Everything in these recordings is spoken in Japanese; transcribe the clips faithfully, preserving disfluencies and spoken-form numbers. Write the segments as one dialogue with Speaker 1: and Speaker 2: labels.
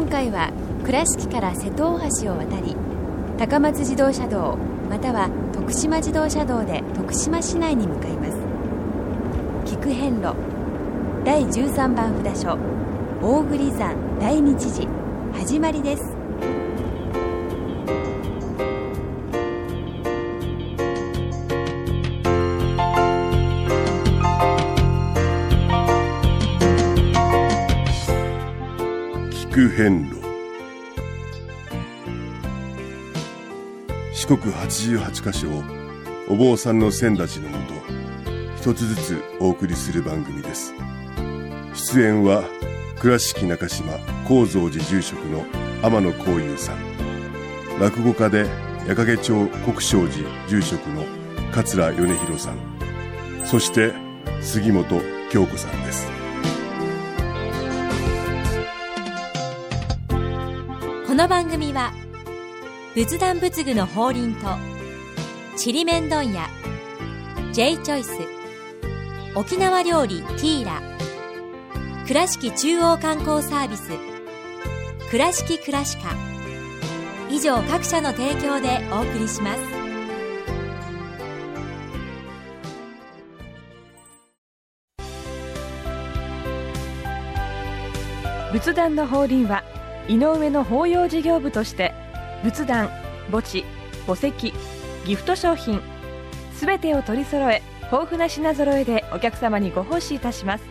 Speaker 1: 今回は倉敷から瀬戸大橋を渡り、高松自動車道または徳島自動車道で徳島市内に向かいます。菊遍路だいじゅうさんばん札所大栗山大日寺始まりです。
Speaker 2: 菊遍路。四国はちじゅうはちカ所をお坊さんの先立ちのもと一つずつお送りする番組です。出演は倉敷中島・高蔵寺住職の天野幸雄さん、落語家で矢掛町国生寺住職の桂米広さん、そして杉本京子さんです。
Speaker 3: この番組は仏壇仏具の法輪とちりめん問屋 J チョイス、沖縄料理ティーラ、倉敷中央観光サービス倉敷倉歯科以上各社の提供でお送りします。
Speaker 4: 仏壇の法輪は井上の法要事業部として仏壇、墓地、墓石、ギフト商品すべてを取り揃え、豊富な品揃えでお客様にご奉仕いたします。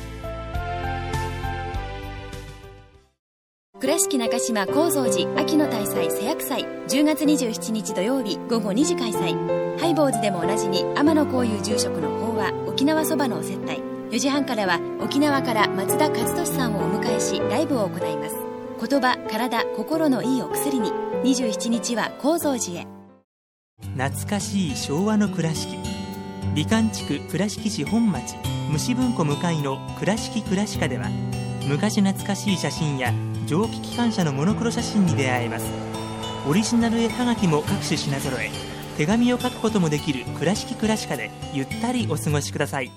Speaker 1: 倉敷中島・高蔵寺秋の大祭瀬薬祭じゅうがつにじゅうしちにち土曜日午後にじ開催。ハイボーズでもおなじみ天野幸雄住職の法話沖縄そばのお接待。よじはんからは沖縄から松田和俊さんをお迎えしライブを行います。言葉、体、心のいいお薬に。にじゅうしちにちは高蔵寺へ。
Speaker 5: 懐かしい昭和の倉敷、美観地区倉敷市本町虫文庫向かいの倉敷倉歯科では、昔懐かしい写真や蒸気機関車のモノクロ写真に出会えます。オリジナル絵はがきも各種品揃え、手紙を書くこともできる倉敷倉歯科でゆったりお過ごしください。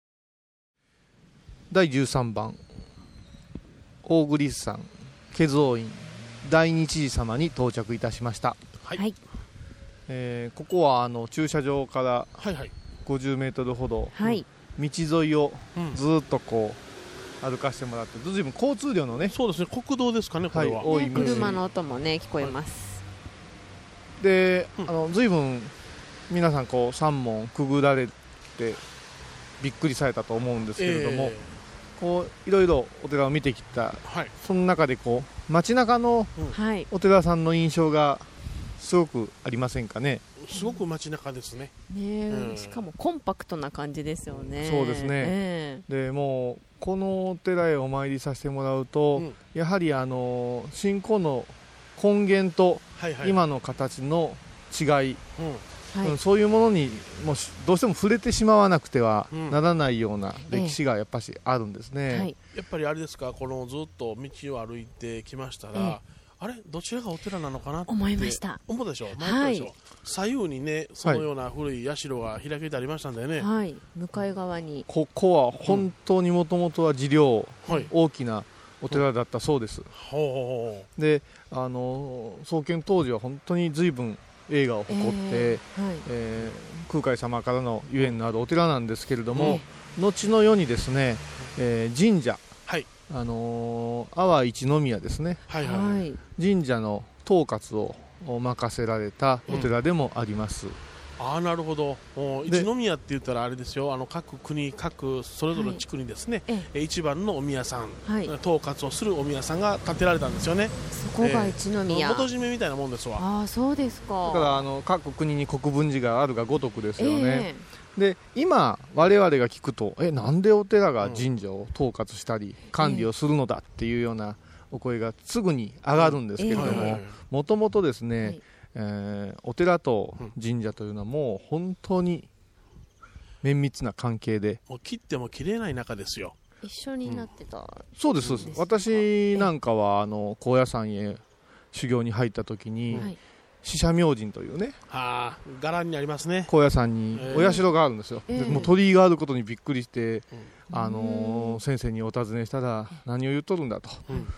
Speaker 6: だいじゅうさんばん大栗山化蔵院大日寺様に到着いたしました。
Speaker 7: はい、
Speaker 6: えー、ここはあの駐車場からごじゅうメートルほど、はい、道沿いをずっとこう歩かせてもらって、ずいぶん交通量のね、
Speaker 7: そうですね、国道ですかね、これは、はい、
Speaker 6: 多い、
Speaker 8: ね、車の音もね聞こえます。
Speaker 6: で、うん、あのずいぶん皆さんこうさん門くぐられてびっくりされたと思うんですけれども、えーこういろいろお寺を見てきた、はい、その中でこう街中のお寺さんの印象がすごくありませんかね。
Speaker 7: すごく街中ですね。
Speaker 8: ね、うん、しかもコンパクトな感じですよね。
Speaker 6: そうですね、えー、でもうこのお寺へお参りさせてもらうと、うん、やはりあの信仰の根源と今の形の違い、はいはい、うん、そういうものにもうどうしても触れてしまわなくてはならないような歴史がやっぱしあるんですね、ええはい、
Speaker 7: やっぱりあれですか、このずっと道を歩いてきましたら、え、あれどちらがお寺なのかなって
Speaker 8: 思いました。
Speaker 7: 思うでしょ、はい、左右にねそのような古い社が開けてありましたんだよね、
Speaker 8: はい、向かい側に。
Speaker 6: ここは本当にもともとは寺領、うん、大きなお寺だったそうです、うん、ほうであの創建当時は本当に随分映画を誇って、えーはいえー、空海様からのゆえんのあるお寺なんですけれども、えー、後の世にですね、えー、神社、はいあのー、阿波一宮ですね、はいはい、神社の統括を任せられたお寺でもあります、うん、
Speaker 7: ああなるほど。一宮って言ったらあれですよ、あの各国各それぞれの地区にですね、はい、一番のお宮さん、はい、統括をするお宮さんが建てられたんですよね。
Speaker 8: そこが一宮、
Speaker 7: えー、元締めみたいなもんですわ。
Speaker 8: ああそうですか。
Speaker 6: だからあの各国に国分寺があるがごとくですよね、えー、で今我々が聞くとえなんでお寺が神社を統括したり管理をするのだっていうようなお声がすぐに上がるんですけれども、もともとですね、はいえー、お寺と神社というのはもう本当に綿密な関係で、
Speaker 7: もう切っても切れない仲ですよ。
Speaker 8: 一緒になってた、うん、
Speaker 6: そうですそうです。私なんかはあの高野山へ修行に入った時に、はい、四社明神というね、
Speaker 7: はあ、伽藍にありますね、
Speaker 6: 高野山にお社があるんですよ、えー、でもう鳥居があることにびっくりして、えーあのー、先生にお尋ねしたら何を言っとるんだと、うん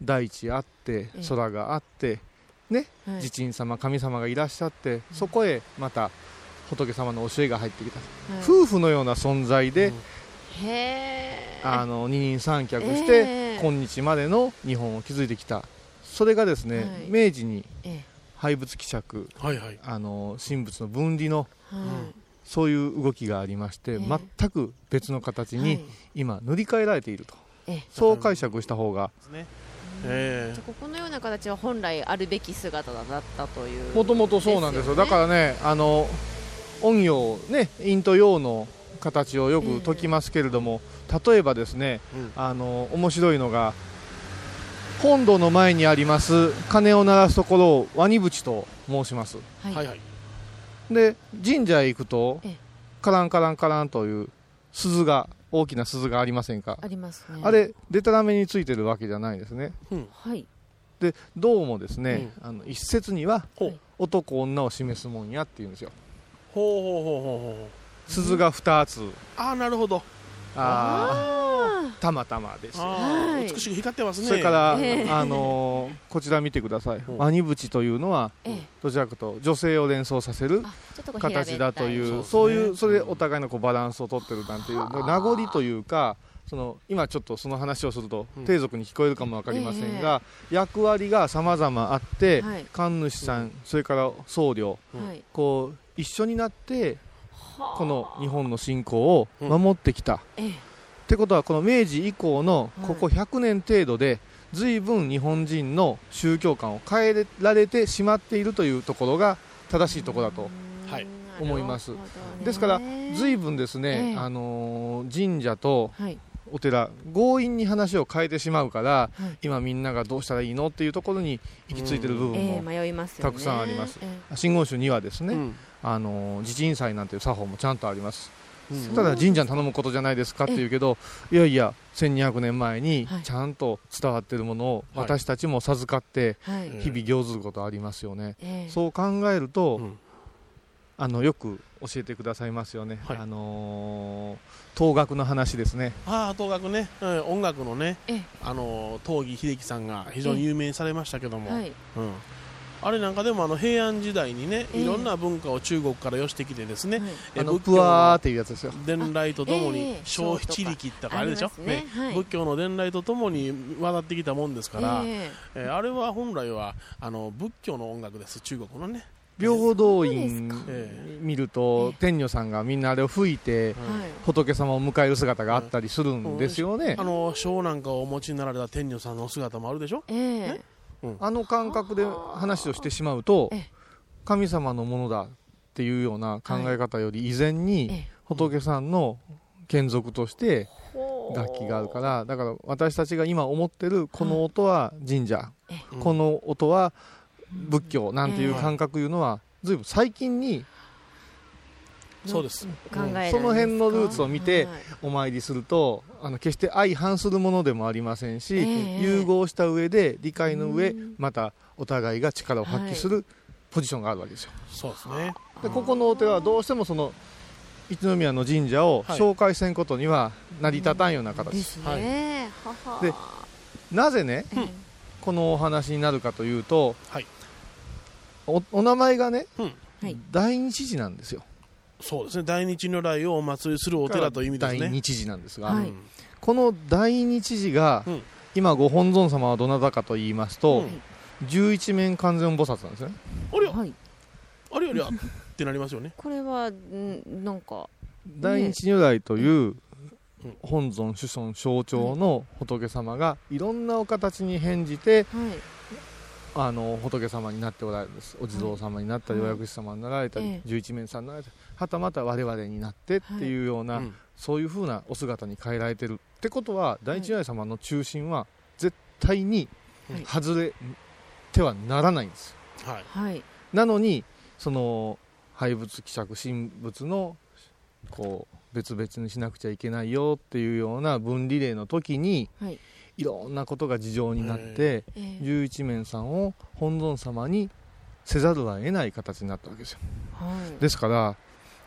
Speaker 6: 大地あって空があってね、はい、地鎮様神様がいらっしゃって、うん、そこへまた仏様の教えが入ってきた、はい、夫婦のような存在で、うん、へあの二人三脚して今日までの日本を築いてきた。それがですね、はい、明治に廃仏毀釈、はいはい、あの神仏の分離の、はい、そういう動きがありまして、全く別の形に今塗り替えられていると、そう解釈した方が、
Speaker 8: ねえー、じゃここのような形は本来あるべき姿だったという、
Speaker 6: もともとそうなんですよ。だからね、あの陰陽ね、陰と陽の形をよく解きますけれども、えー、例えばですね、うん、あの面白いのが本堂の前にあります鐘を鳴らすところをワニ淵と申します、はいはい、で神社へ行くとカランカランカランという鈴が、大きな鈴がありませんか。
Speaker 8: ありますね。
Speaker 6: あれでたらめについてるわけじゃないですね、うん、でどうもですね、うん、あの一説には男女を示すもんやっていうんですよ。
Speaker 7: ほうほうほうほうほ
Speaker 6: う。鈴がふたつ、
Speaker 7: ああなるほど、
Speaker 6: あたまたまです、
Speaker 7: はい、美しく光ってますね。
Speaker 6: それから、えーあのー、こちら見てください。ワニ淵というのは、えー、どちらかというと女性を連想させる形だという、そういう、それでお互いのこうバランスを取ってるなんていう名残というか、その今ちょっとその話をすると低俗に聞こえるかも分かりませんが、えー、役割が様々あって、はい、神主さん、それから僧侶、はい、こう一緒になってこの日本の信仰を守ってきた、うん、ってことはこの明治以降のここひゃくねん程度で随分日本人の宗教観を変えられてしまっているというところが正しいところだと思います。ですから随分ですね、あのー、神社とお寺強引に話を変えてしまうから、はい、今みんながどうしたらいいのっていうところに行き着いている部分もたくさんあります。真言宗にはですね、うん、あの地鎮祭なんていう作法もちゃんとあります、うん、ただ神社に頼むことじゃないですかっていうけど、いやいやせんにひゃくねんまえにちゃんと伝わっているものを私たちも授かって日々行ずることありますよね、はい、そう考えると、うん、あのよく教えてくださいますよね、はい、あのー、東楽の話ですね。
Speaker 7: ああ、東楽ね、うん、音楽のね、あのー、東儀秀樹さんが非常に有名にされましたけども、はい、うん、あれなんかでもあの平安時代にね、いろんな文化を中国から寄してきてですね、
Speaker 6: えー、あのプワーっていうやつですよ。
Speaker 7: 伝来とともに小七力ってあれでしょ、ねはい、仏教の伝来とともに渡ってきたもんですから、えーえー、あれは本来はあの仏教の音楽です、中国のね。
Speaker 6: 平等院見ると天女さんがみんなあれを吹いて仏様を迎える姿があったりするんですよね。
Speaker 7: あの章なんかをお持ちになられた天女さんの姿もあるでしょ、えーね、
Speaker 6: うん、あの感覚で話をしてしまうと神様のものだっていうような考え方より以前に仏さんの眷属として楽器があるから、だから私たちが今思ってるこの音は神社、この音は仏教なんていう感覚いうのはずいぶん最近に、
Speaker 7: そうです、
Speaker 6: うん、その辺のルーツを見てお参りすると、あの決して相反するものでもありませんし、えー、融合した上で理解の上またお互いが力を発揮するポジションがあるわけですよ。
Speaker 7: そうですね。
Speaker 6: でここのお寺はどうしてもその一宮の神社を紹介せんことには成り立たんような形です、はい、でなぜね、うん、このお話になるかというと、はい、お, お名前がね、うん、大日寺なんですよ。
Speaker 7: そうですね、大日如来をお祭りするお寺という意味ですね。
Speaker 6: 大日寺なんですが、はい、この大日寺が、うん、今ご本尊様はどなたかと言いますと、うん、十一面観世音菩薩なんですね。
Speaker 7: ありゃ、はい、ありゃありゃってなりますよね。
Speaker 8: これはんなんか
Speaker 6: 大日如来という、ね、本尊子孫象徴の仏様がいろんなお形に変じて、はい、あの仏様になっておられるんです。お地蔵様になったり、はい、お薬師様になられたり、はい、十一面さんになられたり、はたまた我々になってっていうような、はい、そういう風なお姿に変えられてるってことは、大日如来様の中心は絶対に外れてはならないんです、はい、なのにその廃仏毀釈神仏のこう別々にしなくちゃいけないよっていうような分離令の時に、はい、いろんなことが事情になって、えー、十一面さんを本尊様にせざるを得ない形になったわけですよ、はい、ですから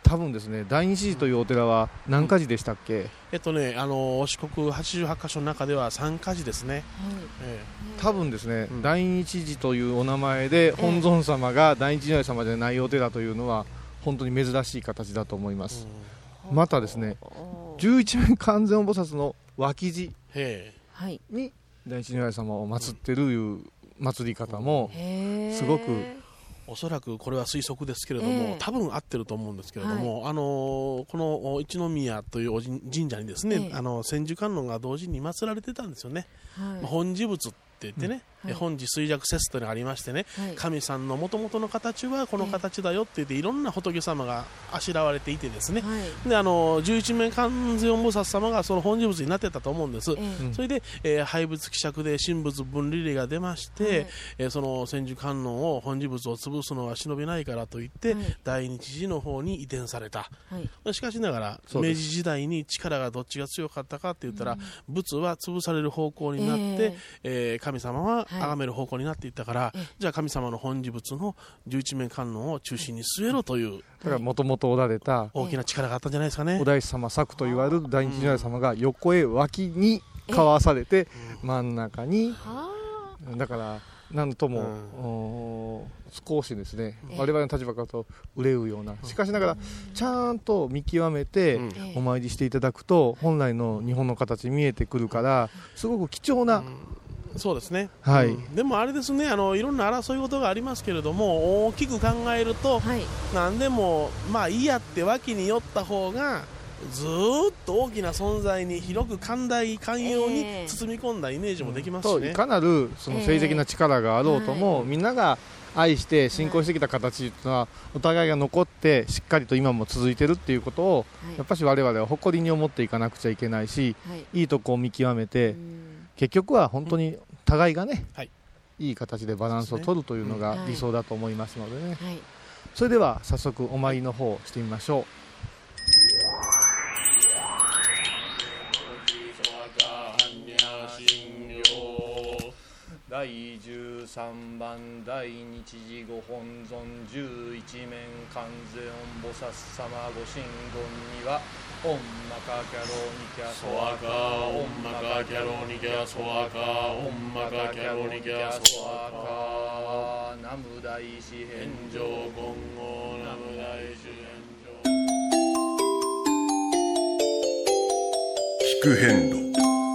Speaker 6: 多分ですね、大日寺というお寺は何か寺でしたっけ？うん、
Speaker 7: えっとね、あの四国はちじゅうはちか所の中ではさんか寺ですね。はい、
Speaker 6: えー、多分ですね、うん、大日寺というお名前で本尊様が大日如来様でないお寺というのは本当に珍しい形だと思います。うん、またですね、十一面観世音菩薩の脇地に大日如来様を祀ってるいう祭り方もすごく、
Speaker 7: おそらくこれは推測ですけれども、えー、多分合ってると思うんですけれども、はい、あのこの一宮という神社にですね、えー、あの千手観音が同時に祀られてたんですよね。はい、本持仏って言ってね、うん、はい、本持衰弱説というのがありましてね、はい、神さんのもともとの形はこの形だよって言って、いろんな仏様があしらわれていてですね、はい、であの十一面観世音菩薩様がその本持仏になってたと思うんです。えー、それで、えー、廃仏希釈で神仏分離令が出まして、はい、えー、その千手観音を本持仏を潰すのは忍びないからといって、はい、大日寺の方に移転された。はい、しかしながら明治時代に力がどっちが強かったかって言ったら、うん、仏は潰される方向になって、えーえー、神様は崇める方向になっていったから、はい、じゃあ神様の本持仏の十一面観音を中心に据えろという、
Speaker 6: だからもともとおられた
Speaker 7: 大きな力があったんじゃないですかね。
Speaker 6: お大師様作と言われる大日如来様が横へ脇にかわされて真ん中に、だからなんとも、うん、少しですね、我々の立場からと憂うような、しかしながらちゃんと見極めてお参りしていただくと本来の日本の形見えてくるから、すごく貴重な、
Speaker 7: うん、そうですね、
Speaker 6: はい、
Speaker 7: うん、でもあれですね、あのいろんな争い事がありますけれども、大きく考えると、はい、何でもまあいいやって脇に寄った方がずーっと大きな存在に広く寛大寛容に包み込んだイメージもできますしね、
Speaker 6: えー、いかなるその政治的な力があろうとも、えーはい、みんなが愛して信仰してきた形というのはお互いが残ってしっかりと今も続いてるっていうことを、はい、やっぱり我々は誇りに思っていかなくちゃいけないし、はい、いいとこを見極めて、結局は本当に互いがね、はい、いい形でバランスを取るというのが理想だと思いますのでね、はい、それでは早速お参りの方をしてみましょう。だいじゅうさんばん大日寺ご本尊十一面観世音菩薩様ご神言にはオンマカキャロニキャソワカオンマカキャロニキャソワカオンマカキャロニキャソワカナム大師返上言語ナム大師返上
Speaker 2: 聞く遍路。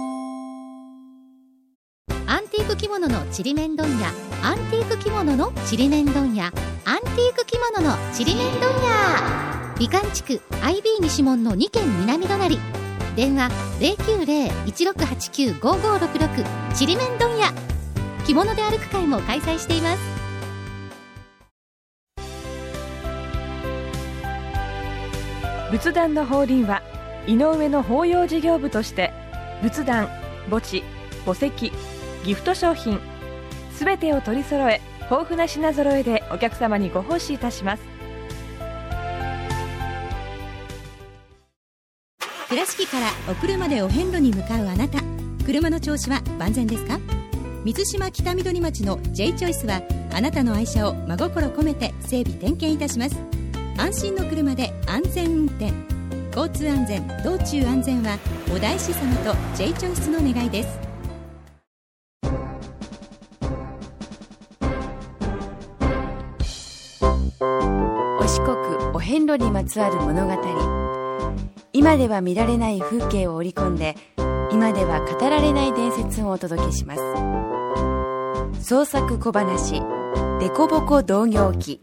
Speaker 9: アンティーク着物のちりめん問屋、アンティーク着物のちりめん問屋、アンティーク着物のちりめん問屋、美観地区 アイビー 西門のに軒南隣、電話 ゼロきゅうゼロ いちろくはちきゅう ごごろくろく、ちりめん問屋。着物で歩く会も開催しています。
Speaker 4: 仏壇の法輪は井上の法要事業部として仏壇、墓地、墓石、ギフト商品すべてを取り揃え、豊富な品揃えでお客様にご奉仕いたします。
Speaker 1: 倉敷からお車でお遍路に向かうあなた、車の調子は万全ですか？水島北緑町の J チョイスはあなたの愛車を真心込めて整備点検いたします。安心の車で安全運転、交通安全、道中安全はお大師様と J チョイスの願いです。
Speaker 10: お四国お遍路にまつわる物語、今では見られない風景を織り込んで、今では語られない伝説をお届けします。創作小話デコボコ同業記。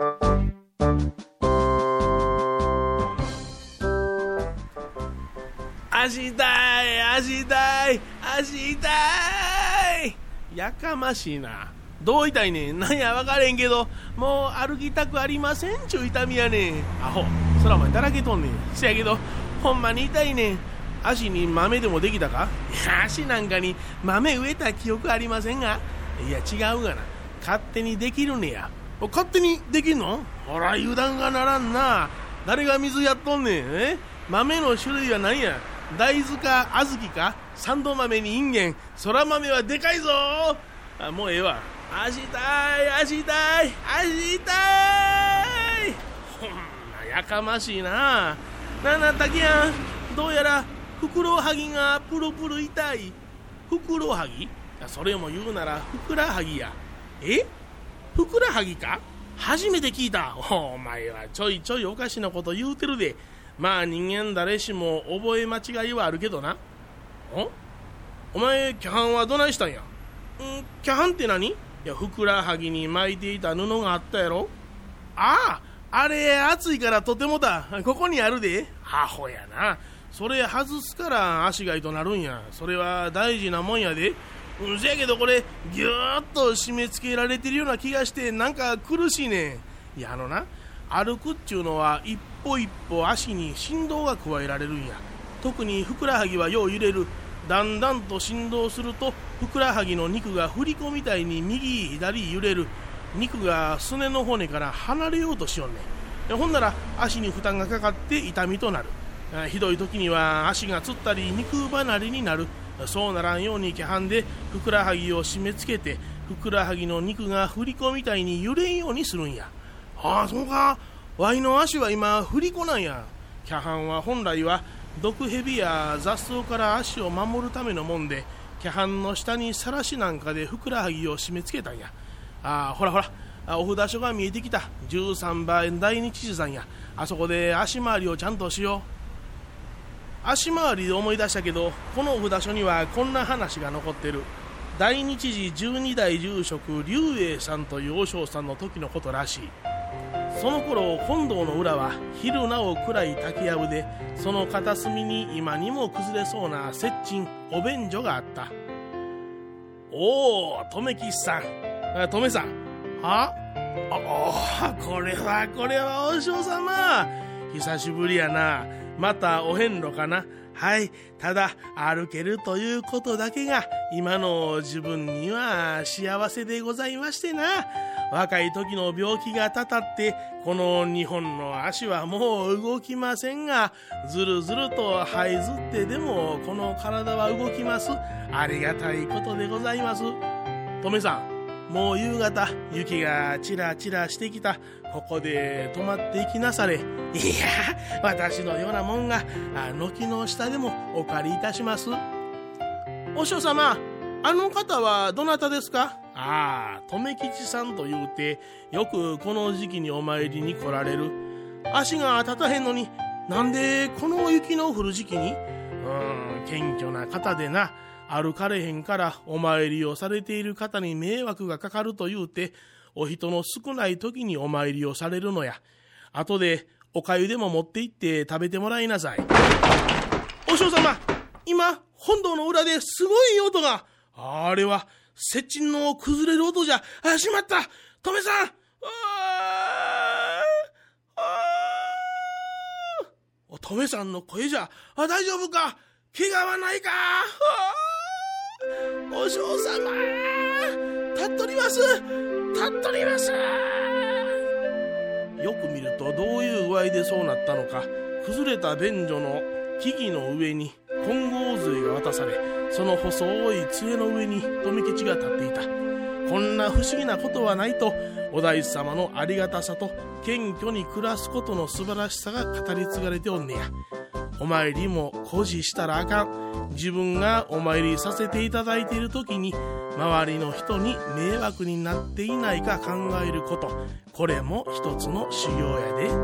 Speaker 7: 足痛い足痛い足痛い、やかましいな。どう痛いねん。なんや分かれんけど、もう歩きたくありませんちゅう痛みやねん。アホ、そらお前だらけとんねん。せやけどほんまに痛いねん。足に豆でもできたか？いや、足なんかに豆植えた記憶ありませんが。いや違うがな、勝手にできるねや。勝手にできんの？ほら油断がならんな。誰が水やっとんねん。え豆の種類は何や？大豆か小豆か、三度豆にインゲン、そら豆はでかいぞ。あ、もうええわ。足痛い足痛い足痛い、ほんまやかましいな。なな竹やん、どうやらふくらはぎがプルプル痛い。ふくらはぎ？それも言うならふくらはぎや。え？ふくらはぎか？初めて聞いた。お前はちょいちょいおかしなこと言うてるで。まあ人間誰しも覚え間違いはあるけどな。おお前キャハンはどないしたんや。んキャハンって何？いやふくらはぎに巻いていた布があったやろ。ああ、あれ熱いからとてもだ。ここにあるで。アホやな。それ外すから足がいとなるんや。それは大事なもんやで。うん、せやけどこれぎゅーっと締め付けられてるような気がしてなんか苦しいねん。いやあのな、歩くっちゅうのは一歩一歩足に振動が加えられるんや。特にふくらはぎはよう揺れる。だんだんと振動するとふくらはぎの肉が振り子みたいに右左揺れる。肉がすねの骨から離れようとしよんねん。ほんなら足に負担がかかって痛みとなる。ひどい時には足がつったり肉離れになる。そうならんように規範でふくらはぎを締め付けてふくらはぎの肉が振り子みたいに揺れんようにするんや。ああそうか。ワイの足は今振り子なんや。規範は本来は毒蛇や雑草から足を守るためのもんで、規範の下にさらしなんかでふくらはぎを締め付けたんや。ああほらほら、お札所が見えてきた。じゅうさんばん大日寺さんや。あそこで足回りをちゃんとしよう。足回りで思い出したけど、このお札所にはこんな話が残ってる。大日寺じゅうに代住職龍英さんという和尚さんの時のことらしい。その頃本堂の裏は昼なお暗い竹やぶで、その片隅に今にも崩れそうな雪珍お便所があった。おお、留吉さん、留めさん、はあ、おこれはこれは和尚様、久しぶりやな。またお遍路かな。はい、ただ歩けるということだけが今の自分には幸せでございましてな。若い時の病気がたたってこのにほんの足はもう動きませんが、ずるずると這いずってでもこの体は動きます。ありがたいことでございます。とめさん、もう夕方雪がちらちらしてきた。ここで泊まっていきなされ。いや、私のようなもんが軒の下でもお借りいたします。お師匠様、あの方はどなたですか？ああ、留吉さんと言うてよくこの時期にお参りに来られる。足が立たへんのになんでこの雪の降る時期に？うーん、謙虚な方でな。歩かれへんからお参りをされている方に迷惑がかかると言うて、お人の少ない時にお参りをされるのや。後でおかゆでも持って行って食べてもらいなさい。お師匠様、今本堂の裏ですごい音が。あれは雪珍の崩れる音じゃ。あ、しまった。とめさん、ああ、とめさんの声じゃ。あ、大丈夫か？怪我はないか？お嬢様、立っとります、立っとります。よく見るとどういう具合でそうなったのか、崩れた便所の木々の上に金剛杖が渡され、その細い杖の上に留吉が立っていた。こんな不思議なことはないと、お大師様のありがたさと謙虚に暮らすことの素晴らしさが語り継がれておんねや。お参りも誇示したらあかん。自分がお参りさせていただいている時に周りの人に迷惑になっていないか考えること、これも一つの修行やで。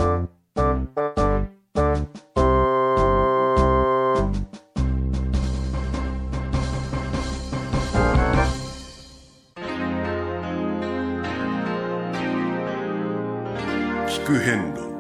Speaker 2: 聞く遍路。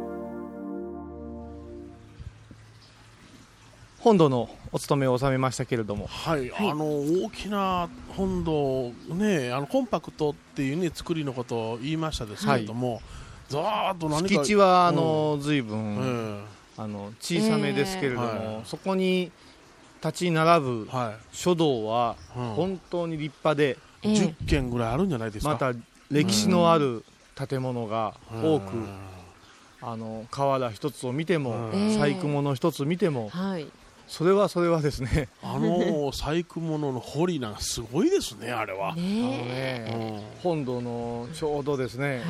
Speaker 6: 本堂のお勤めを収めましたけれども、
Speaker 7: はい、はい、あの大きな本堂ね、あのコンパクトっていうね作りのことを言いましたですけれども、はい、ざーっと何か
Speaker 6: 敷地はあの、うん、随分、えー、あの小さめですけれども、えーはい、そこに立ち並ぶ書道は本当に立派で、
Speaker 7: うん、じゅっけんぐらいあるんじゃないですか。
Speaker 6: また歴史のある建物が多く、うん、あの瓦一つを見ても、うん、細工物一つ見ても、はい、それはそれはですね、
Speaker 7: あの細工物の彫りなんかすごいですね、あれは。
Speaker 6: ね、あのね、うん、本堂のちょうどですね、はい、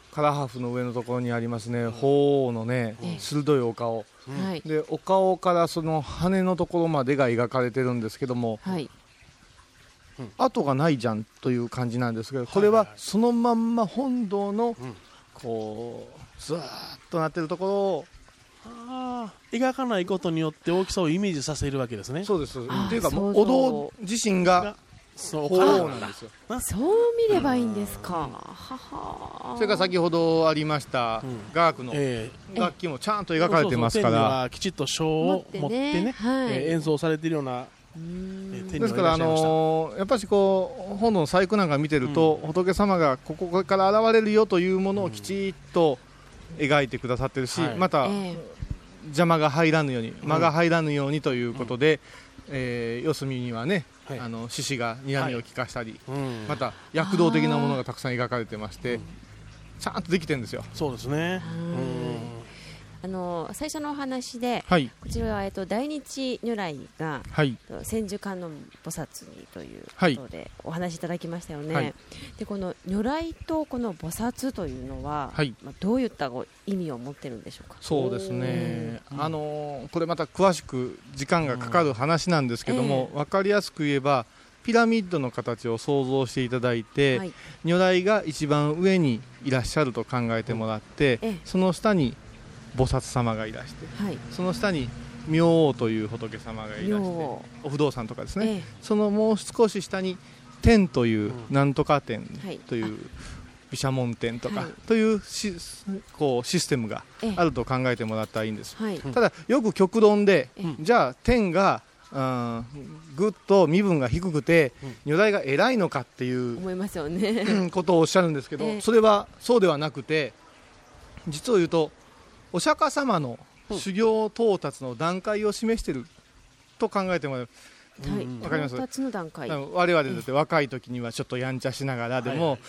Speaker 6: カラハフの上のところにありますね、鳳凰のね、鋭いお顔、はい、でお顔からその羽のところまでが描かれてるんですけども、はい、跡がないじゃんという感じなんですけど、これはそのまんま本堂のこうずーっとなってるところを
Speaker 7: あ描かないことによって大きさをイメージさせるわけですね。
Speaker 6: そうです。っていうかもうお堂自身が
Speaker 7: そう
Speaker 6: なんですよ。
Speaker 8: そう見ればいいんですか。は
Speaker 6: は。それから先ほどありました、うん、雅楽の楽器もちゃんと描かれてますから、そうそうそう、手には
Speaker 7: きちっと章を持ってね、はい、えー、演奏されているような。
Speaker 6: ですから、あのー、やっぱりこう本堂の細工なんか見てると、うん、仏様がここから現れるよというものをきちっと描いてくださってるし、はい、また、えー、邪魔が入らぬように、間が入らぬようにということで、うん、えー、四隅にはね、はい、あの獅子が睨みを利かしたり、はい、うん、また躍動的なものがたくさん描かれてまして、うん、ちゃんとできてるんですよ。
Speaker 7: そうですね。うん、
Speaker 8: あの最初のお話で、はい、こちらは、えっと、大日如来が、はい、千手観音菩薩にということでお話しいただきましたよね。はい、でこの如来とこの菩薩というのは、はい、まあ、どういった意味を持ってるんでしょうか。
Speaker 6: そうですね、あのこれまた詳しく時間がかかる話なんですけども、うん、えー、分かりやすく言えばピラミッドの形を想像していただいて、はい、如来が一番上にいらっしゃると考えてもらって、うん、えー、その下に菩薩様がいらして、はい、その下に明王という仏様がいらして、お不動産とかですね、ええ、そのもう少し下に天という、うん、なんとか天という、はい、毘沙門天とか、はい、というしこうシステムがあると考えてもらったらいいんです、はい、ただよく極論で、うん、じゃあ天がうん、ぐっと身分が低くて、うん、如来が偉いのかっていう
Speaker 8: 思いますよね
Speaker 6: ことをおっしゃるんですけど、ええ、それはそうではなくて、実を言うとお釈迦様の修行到達の段階を示していると考えてもらう、
Speaker 8: うん、はい、分かります。到達の段階、
Speaker 6: 我々だって若い時にはちょっとやんちゃしながらでも、はいはい、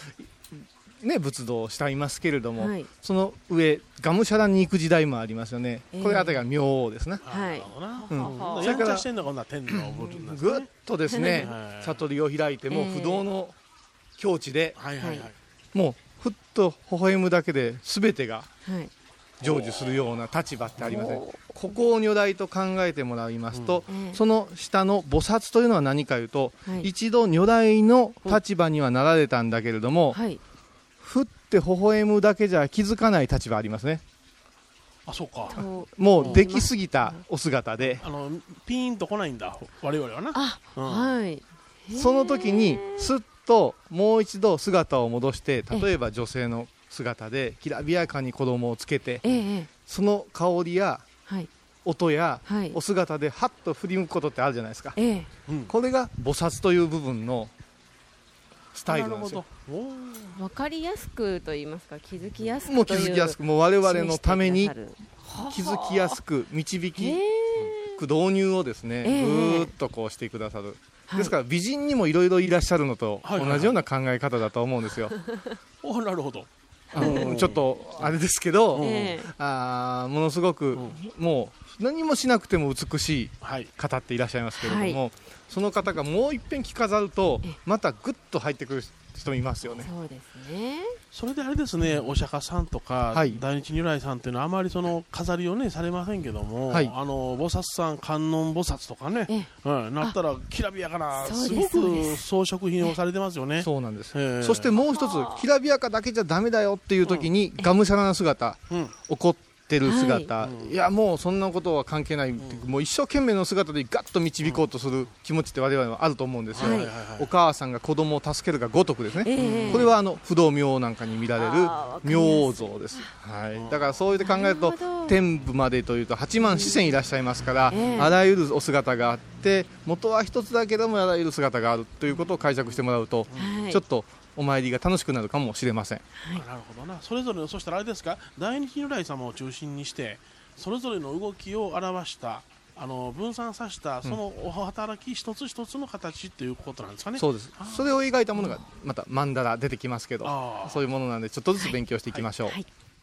Speaker 6: ね、仏道をしていますけれども、はい、その上がむしゃらに行く時代もありますよね、えー、これあたりが明王ですね、
Speaker 7: はい、うん、それからやんちゃしてんのが天の部分なんですね。
Speaker 6: ぐっとですね、悟りを開いても不動の境地で、はいはいはい、もうふっと微笑むだけで全てが、はい、成就するような立場ってありません。ここを如来と考えてもらいますと、うん、その下の菩薩というのは何かというと、はい、一度如来の立場にはなられたんだけれども、はい、ふって微笑むだけじゃ気づかない立場ありますね。
Speaker 7: あ、そうか。
Speaker 6: もうできすぎたお姿で、
Speaker 7: あのピーンと来ないんだ我々はな。
Speaker 8: あ、うん、はい。
Speaker 6: その時にすっともう一度姿を戻して、例えば女性の姿できらびやかに衣をつけて、ええ、その香りや、はい、音や、はい、お姿でハッと振り向くことってあるじゃないですか、ええ、うん、これが菩薩という部分のスタイルなんですよ。
Speaker 8: 分かりやすくと言いますか、気づきやすく
Speaker 6: もう気づきやすく、もう我々のために気づきやすく導きく導入をですね、えー、ぐーっとこうしてくださる、はい、ですから美人にもいろいろいらっしゃるのと同じような考え方だと思うんですよ。
Speaker 7: お、なるほど。
Speaker 6: あのちょっとあれですけど、えー、あものすごく、うん、もう何もしなくても美しい方っていらっしゃいますけれども、はい、その方がもう一遍着飾るとまたグッと入ってくる人いますよね。
Speaker 8: そうですね。
Speaker 7: それであれですね、お釈迦さんとか、はい、大日如来さんっていうのはあまりその飾りをねされませんけども、はい、あの菩薩さん、観音菩薩とかね、うん、なったらきらびやかなすごく装飾品をされてますよね。
Speaker 6: そうなんです。そしてもう一つ、きらびやかだけじゃダメだよっていう時に、うん、がむしゃらな姿、うん、怒っててる姿、はい、いやもうそんなことは関係ない、うん、もう一生懸命の姿でガッと導こうとする気持ちって我々はあると思うんですよ、はい、お母さんが子供を助けるがごとくですね、えー、これはあの不動明王なんかに見られる明王像です、はい、だからそういう考えると天部までというとはちまん四千いらっしゃいますから、えー、あらゆるお姿があって元は一つだけどもあらゆる姿があるということを解釈してもらうと、はい、ちょっとお参りが楽しくなるかもしれません、
Speaker 7: はい、なるほどな。それぞれの、そしたらあれですか、大日如来様を中心にしてそれぞれの動きを表したあの分散させたそのお働き一つ一つの形っていうことなんですかね、
Speaker 6: うん、そうです。それを描いたものがまた曼荼羅出てきますけど、そういうものなんでちょっとずつ勉強していきましょう、はいはい、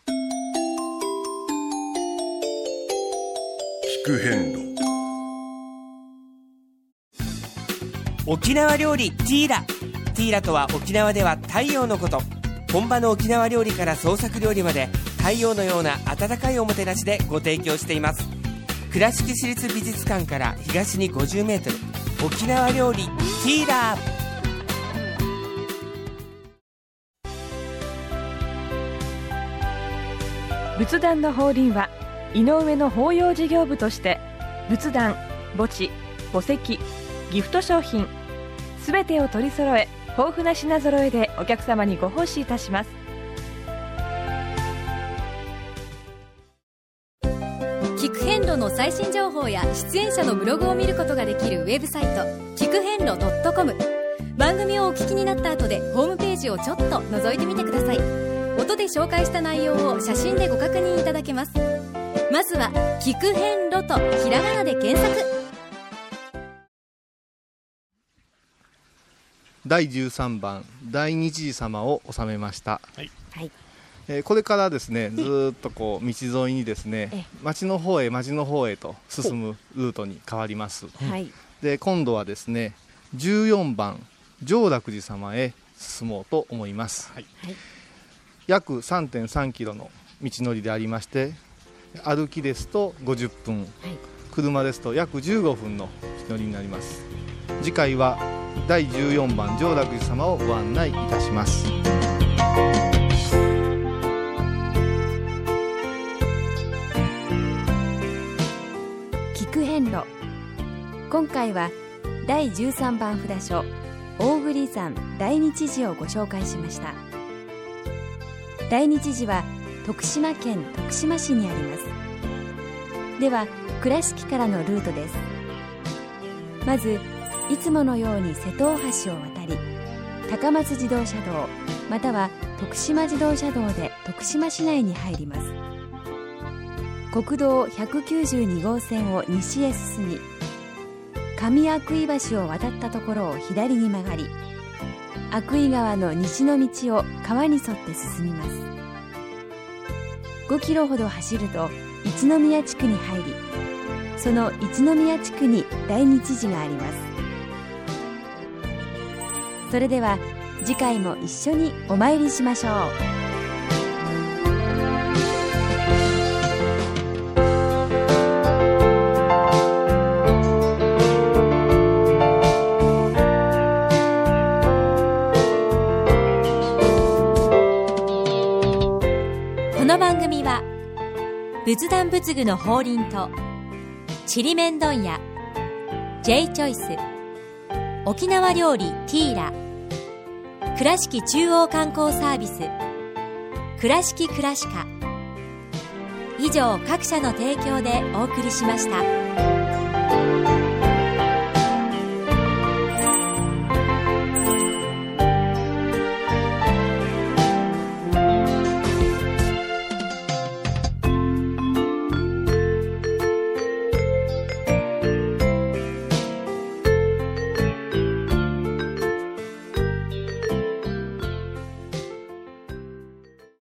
Speaker 2: 聞く遍路。
Speaker 11: 沖縄料理ティーラ。ティーラとは沖縄では太陽のこと。 本場の沖縄料理から創作料理まで太陽のような温かいおもてなしでご提供しています。倉敷市立美術館から東にごじゅうメートル、沖縄料理ティーラー。
Speaker 4: 仏壇の法輪は井上の法要事業部として仏壇、墓地、墓石、ギフト商品すべてを取り揃え、豊富な品揃えでお客様にご奉仕いたします。
Speaker 12: 聞く遍路の最新情報や出演者のブログを見ることができるウェブサイト聞く遍路 .com。 番組をお聞きになった後でホームページをちょっと覗いてみてください。音で紹介した内容を写真でご確認いただけます。まずは聞く遍路とひらがなで検索。
Speaker 6: だいじゅうさんばん大日寺様を収めました、
Speaker 8: はい
Speaker 6: えー、これからですねずっとこう道沿いにですね町の方へ町の方へと進むルートに変わります、
Speaker 8: はい、
Speaker 6: で今度はですねじゅうよんばん浄楽寺様へ進もうと思います、はい、約 さんてんさんキロの道のりでありまして、歩きですとごじゅっぷん、はい、車ですと約じゅうごふんの道のりになります。次回はだいじゅうよんばん浄楽寺様をご案内いたします。
Speaker 10: 聞く遍路。今回はだいじゅうさんばん札所大栗山大日寺をご紹介しました。大日寺は徳島県徳島市にあります。では倉敷からのルートです。まずいつものように瀬戸大橋を渡り、高松自動車道または徳島自動車道で徳島市内に入ります。国道ひゃくきゅうじゅうに号線を西へ進み、上阿久井橋を渡ったところを左に曲がり、阿久井川の西の道を川に沿って進みます。ごキロほど走ると一宮地区に入り、その一宮地区に大日寺があります。それでは次回も一緒にお参りしましょう。
Speaker 3: この番組は仏壇仏具の法輪とちりめん問屋 J チョイス、沖縄料理ティーラ、倉敷中央観光サービス倉敷倉歯科、以上各社の提供でお送りしました。